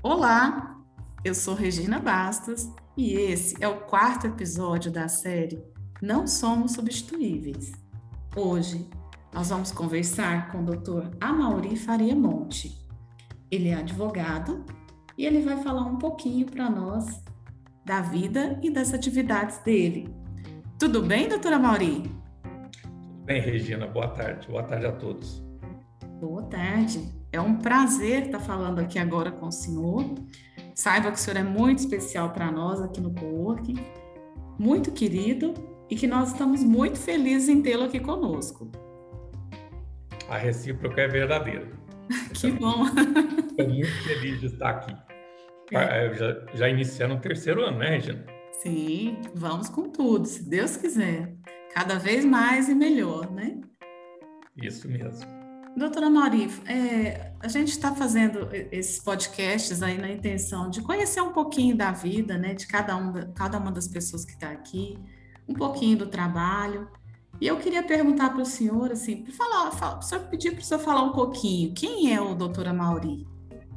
Olá, eu sou Regina Bastos e esse é o quarto episódio da série Não Somos Substituíveis. Hoje nós vamos conversar com o Dr. Amaury Faria Monte. Ele é advogado e ele vai falar um pouquinho para nós da vida e das atividades dele. Tudo bem, doutor Amaury? Bem, Regina, boa tarde. Boa tarde a todos. Boa tarde. É um prazer estar falando aqui agora com o senhor. Saiba que o senhor é muito especial para nós aqui no Coworking, muito querido e que nós estamos muito felizes em tê-lo aqui conosco. A recíproca é verdadeira. Que bom! Estou muito feliz de estar aqui. Já iniciando o terceiro ano, né, Regina? Sim, vamos com tudo, se Deus quiser. Cada vez mais e melhor, né? Isso mesmo. Doutora Amaury, a gente está fazendo esses podcasts aí na intenção de conhecer um pouquinho da vida, né, de cada uma das pessoas que está aqui, um pouquinho do trabalho. E eu queria perguntar para o senhor, assim, pedir para o senhor falar um pouquinho, quem é o doutor Amaury?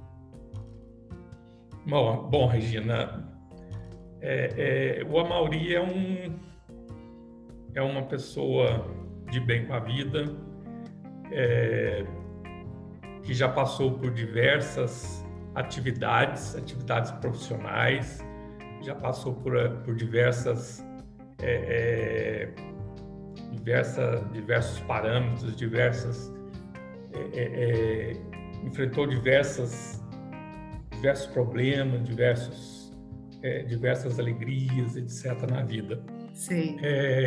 Bom, Regina, o Amaury é uma pessoa de bem com a vida, que já passou por diversas atividades profissionais, já passou por diversos parâmetros, enfrentou diversos problemas, diversas alegrias, etc. na vida. Sim.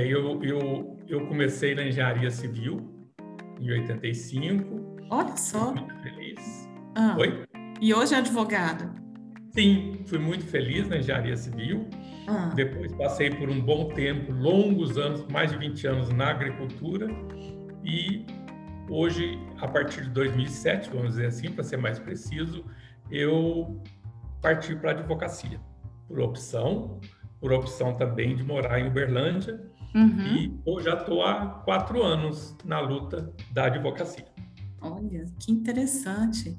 Eu comecei na engenharia civil em 85. Olha só. Fui muito feliz. Oi? E hoje é advogado? Sim, fui muito feliz na engenharia civil. Depois passei por um bom tempo, longos anos, mais de 20 anos na agricultura. E hoje, a partir de 2007, vamos dizer assim, para ser mais preciso, eu parti para a advocacia, por opção também de morar em Uberlândia. E eu já estou há 4 anos na luta da advocacia. Olha, que interessante.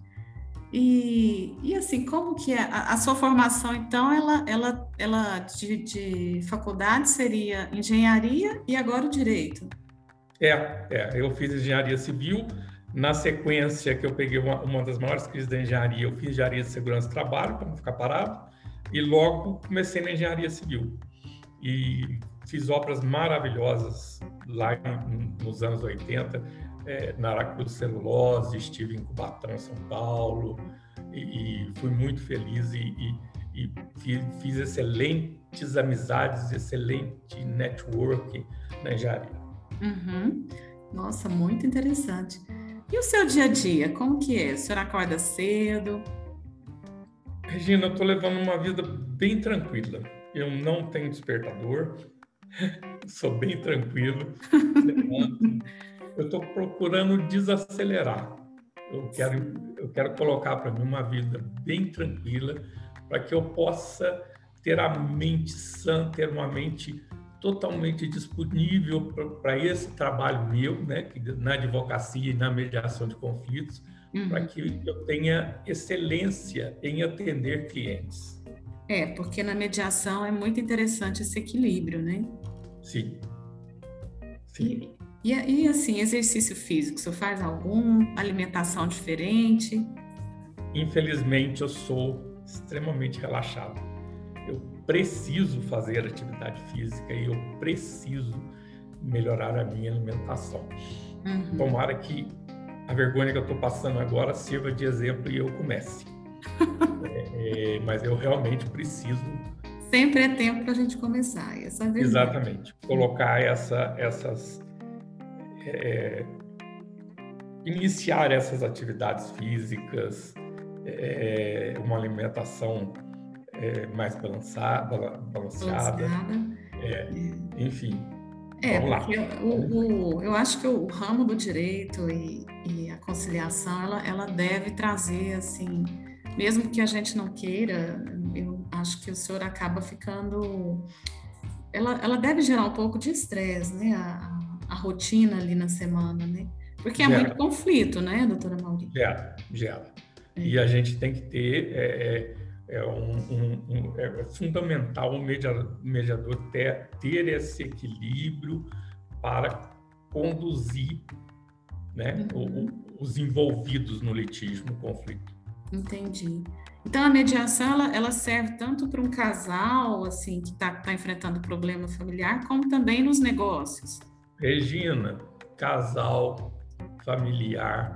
E assim, como que é a sua formação, então, ela de faculdade seria engenharia e agora o direito? Eu fiz engenharia civil. Na sequência que eu peguei uma das maiores crises da engenharia, eu fiz engenharia de segurança do trabalho, para não ficar parado, e logo comecei na engenharia civil. E fiz obras maravilhosas lá nos anos 80, na Aracruz Celulose, estive em Cubatão, São Paulo, e fui muito feliz e fiz excelentes amizades, excelente networking na engenharia. Nossa, muito interessante. E o seu dia a dia, como que é? O senhor acorda cedo? Regina, eu estou levando uma vida bem tranquila. Eu não tenho despertador, sou bem tranquilo. Eu estou procurando desacelerar. Eu quero colocar para mim uma vida bem tranquila, para que eu possa ter a mente sã, ter uma mente totalmente disponível para esse trabalho meu, né, na advocacia e na mediação de conflitos, para que eu tenha excelência em atender clientes. Porque na mediação é muito interessante esse equilíbrio, né? Sim. E assim, exercício físico, o senhor faz algum? Alimentação diferente? Infelizmente, eu sou extremamente relaxado. Eu preciso fazer atividade física e eu preciso melhorar a minha alimentação. Tomara que a vergonha que eu estou passando agora sirva de exemplo e eu comece. Mas eu realmente preciso. Sempre é tempo para a gente começar. Essa é exatamente. Colocar iniciar essas atividades físicas, uma alimentação mais balanceada. Enfim. Vamos lá. Eu acho que o ramo do direito e a conciliação, ela deve trazer, assim, mesmo que a gente não queira, eu acho que o senhor acaba ficando... Ela deve gerar um pouco de estresse, né? A rotina ali na semana, né? Porque é muito conflito, né, doutora Amaury? Gera. E a gente tem que ter, é fundamental o mediador ter esse equilíbrio para conduzir, né, os envolvidos no litígio, no conflito. Entendi. Então, a mediação, ela serve tanto para um casal, assim, que está enfrentando problema familiar, como também nos negócios. Regina, casal, familiar,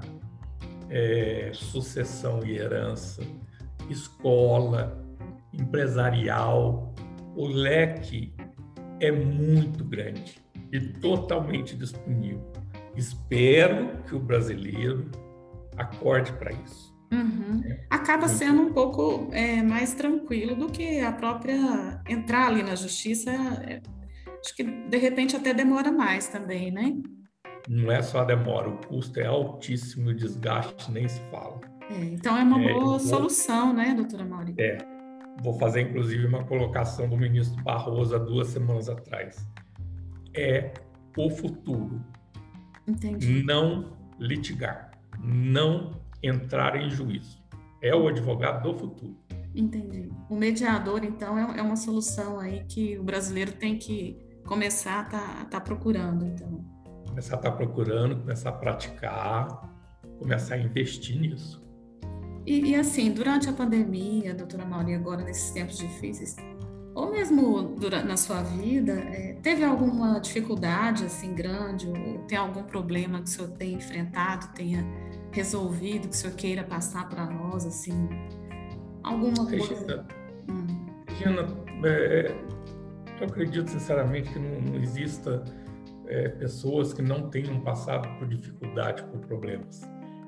sucessão e herança, escola, empresarial, o leque é muito grande e totalmente disponível. Espero que o brasileiro acorde para isso. Acaba sendo um pouco mais tranquilo do que a própria entrar ali na justiça. Acho que de repente até demora mais também, né? Não é só a demora, o custo é altíssimo, o desgaste nem se fala. Então é uma boa solução, né, doutora Mauri? Vou fazer inclusive uma colocação do ministro Barroso há 2 semanas atrás. É o futuro. Entendi. Não litigar, não entrar em juízo. É o advogado do futuro. Entendi. O mediador, então, é uma solução aí que o brasileiro tem que começar a tá procurando, então. Começar a estar procurando, começar a praticar, começar a investir nisso. E assim, durante a pandemia, doutora Mauri, agora nesses tempos difíceis, ou mesmo na sua vida, teve alguma dificuldade assim grande, ou tem algum problema que o senhor tenha enfrentado, tenha resolvido, que o senhor queira passar para nós, assim, alguma coisa? Regina, eu acredito sinceramente que não exista pessoas que não tenham passado por dificuldade, por problemas.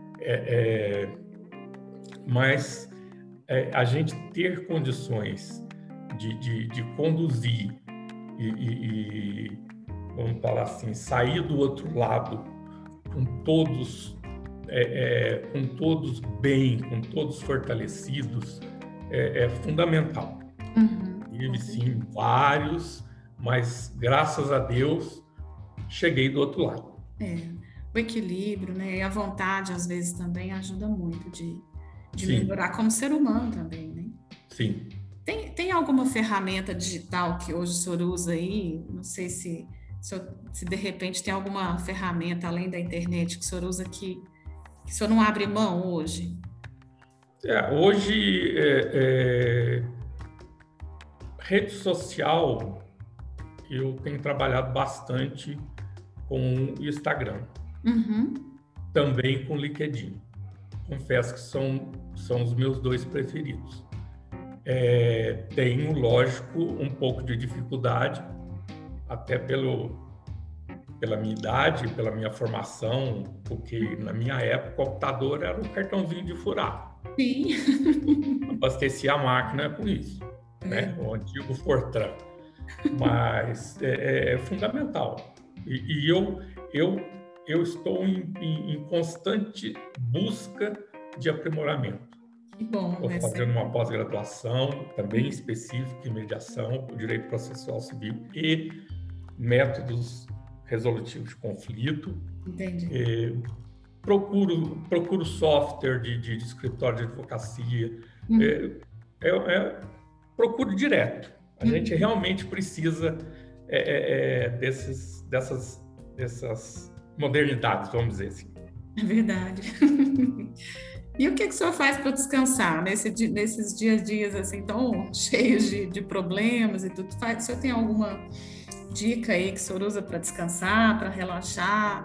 Mas a gente ter condições de conduzir e, vamos falar assim, sair do outro lado com todos bem, com todos fortalecidos, é fundamental. Tive sim vários, mas graças a Deus cheguei do outro lado. O equilíbrio, né, e a vontade às vezes também ajuda muito de melhorar como ser humano também, né? Sim. Tem alguma ferramenta digital que hoje o senhor usa aí? Não sei se de repente tem alguma ferramenta além da internet que o senhor usa que o senhor não abre mão hoje? Hoje, rede social, eu tenho trabalhado bastante com o Instagram, também com o LinkedIn. Confesso que são os meus 2 preferidos. Tenho, lógico, um pouco de dificuldade, até pela minha idade, pela minha formação, porque na minha época o computador era um cartãozinho de furar. Sim. Abastecia a máquina com isso, né? O antigo Fortran. Mas é fundamental. E eu estou em constante busca de aprimoramento. Que bom. Estou fazendo uma pós-graduação também específica em mediação, direito processual civil e métodos resolutivos de conflito. Entendi. Procuro software de escritório de advocacia. Procuro direto. A gente realmente precisa dessas modernidades, vamos dizer assim. É verdade. E o que o senhor faz para descansar nesses dias assim tão cheios de problemas e tudo? O senhor tem alguma dica aí que o senhor usa para descansar, para relaxar?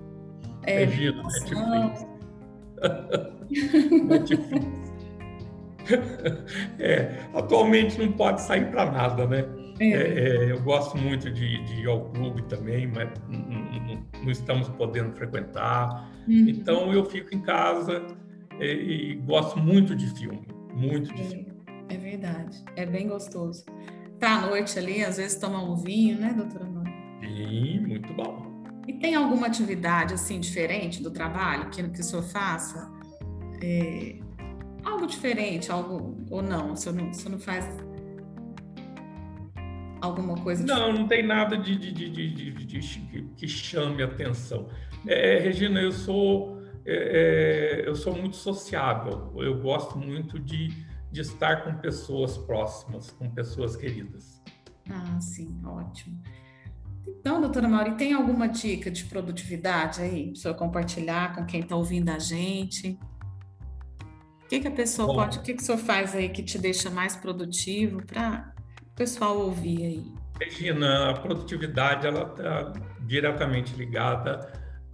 Netflix. Atualmente não pode sair para nada, né? Eu gosto muito de ir ao clube também, mas não estamos podendo frequentar. Então eu fico em casa e gosto muito de filme, filme. É verdade, é bem gostoso. Tá à noite ali, às vezes toma um vinho, né, doutora Nora? Sim, muito bom. E tem alguma atividade assim diferente do trabalho que o senhor faça? Algo diferente, ou não? O senhor não faz alguma coisa diferente? Não tem nada que chame a atenção. Regina, eu sou eu sou muito sociável, eu gosto muito de estar com pessoas próximas, com pessoas queridas. Ah, sim, ótimo. Então, doutora Mauri, tem alguma dica de produtividade aí para o senhor compartilhar com quem está ouvindo a gente? O que que a pessoa pode, o Bom, que que o senhor faz aí que te deixa mais produtivo para o pessoal ouvir aí? Regina, a produtividade ela está diretamente ligada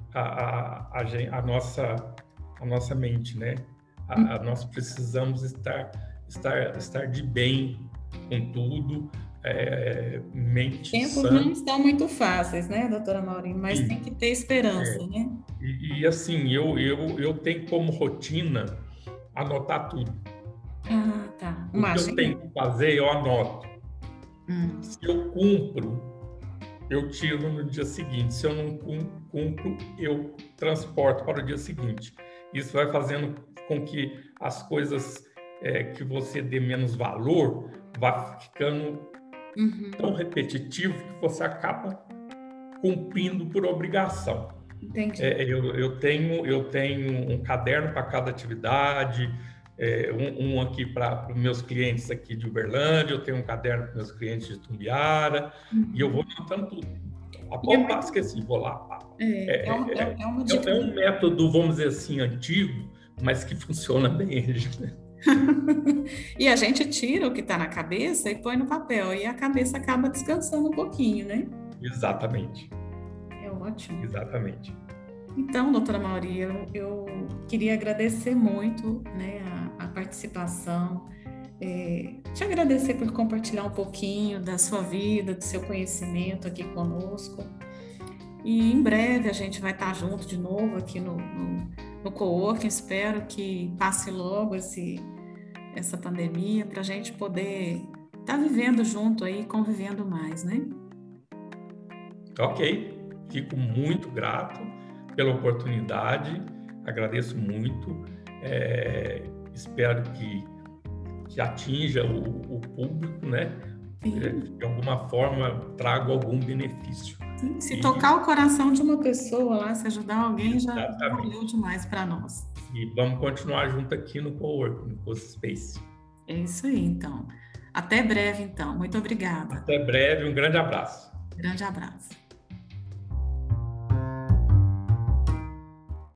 à nossa mente, né? Nós precisamos estar de bem com tudo, mente Tempos não sã. estão muito fáceis, né, doutora Maureen? Mas tem que Sim, ter esperança, né? assim, eu tenho como rotina anotar tudo. Ah, tá. O Uma que eu tenho agenda? que fazer, eu anoto. Hum, Se eu cumpro, eu tiro no dia seguinte. Se eu não cumpro, eu transporto para o dia seguinte. Isso vai fazendo com que as coisas que você dê menos valor vá ficando tão uhum, repetitivo que você acaba cumprindo por obrigação. entendi. Eu tenho um caderno para cada atividade, um aqui para os meus clientes aqui de Uberlândia, eu tenho um caderno para meus clientes de Tumbiara, e eu vou Uhum. anotando tudo. A E é todo muito, passo que assim, vou lá. Pá. é uma dica. É um método, vamos dizer assim, antigo, mas que funciona bem. E a gente tira o que está na cabeça e põe no papel, e a cabeça acaba descansando um pouquinho, né? Exatamente, É ótimo. exatamente. Então, doutora Mauri, eu queria agradecer muito, né, a participação, te agradecer por compartilhar um pouquinho da sua vida, do seu conhecimento aqui conosco. E em breve a gente vai estar junto de novo aqui no coworking. Espero que passe logo essa pandemia para a gente poder estar vivendo junto aí, convivendo mais, né? Ok, fico muito grato pela oportunidade, agradeço muito, espero que atinja o público, né? Sim, De alguma forma trago algum benefício. sim. Se E tocar o coração de uma pessoa lá, se ajudar alguém, já valeu exatamente. demais para nós. E vamos continuar junto aqui no Coworking, no CoSpace. É isso aí, então. Até breve, então. Muito obrigada. Até breve, um grande abraço. Grande abraço.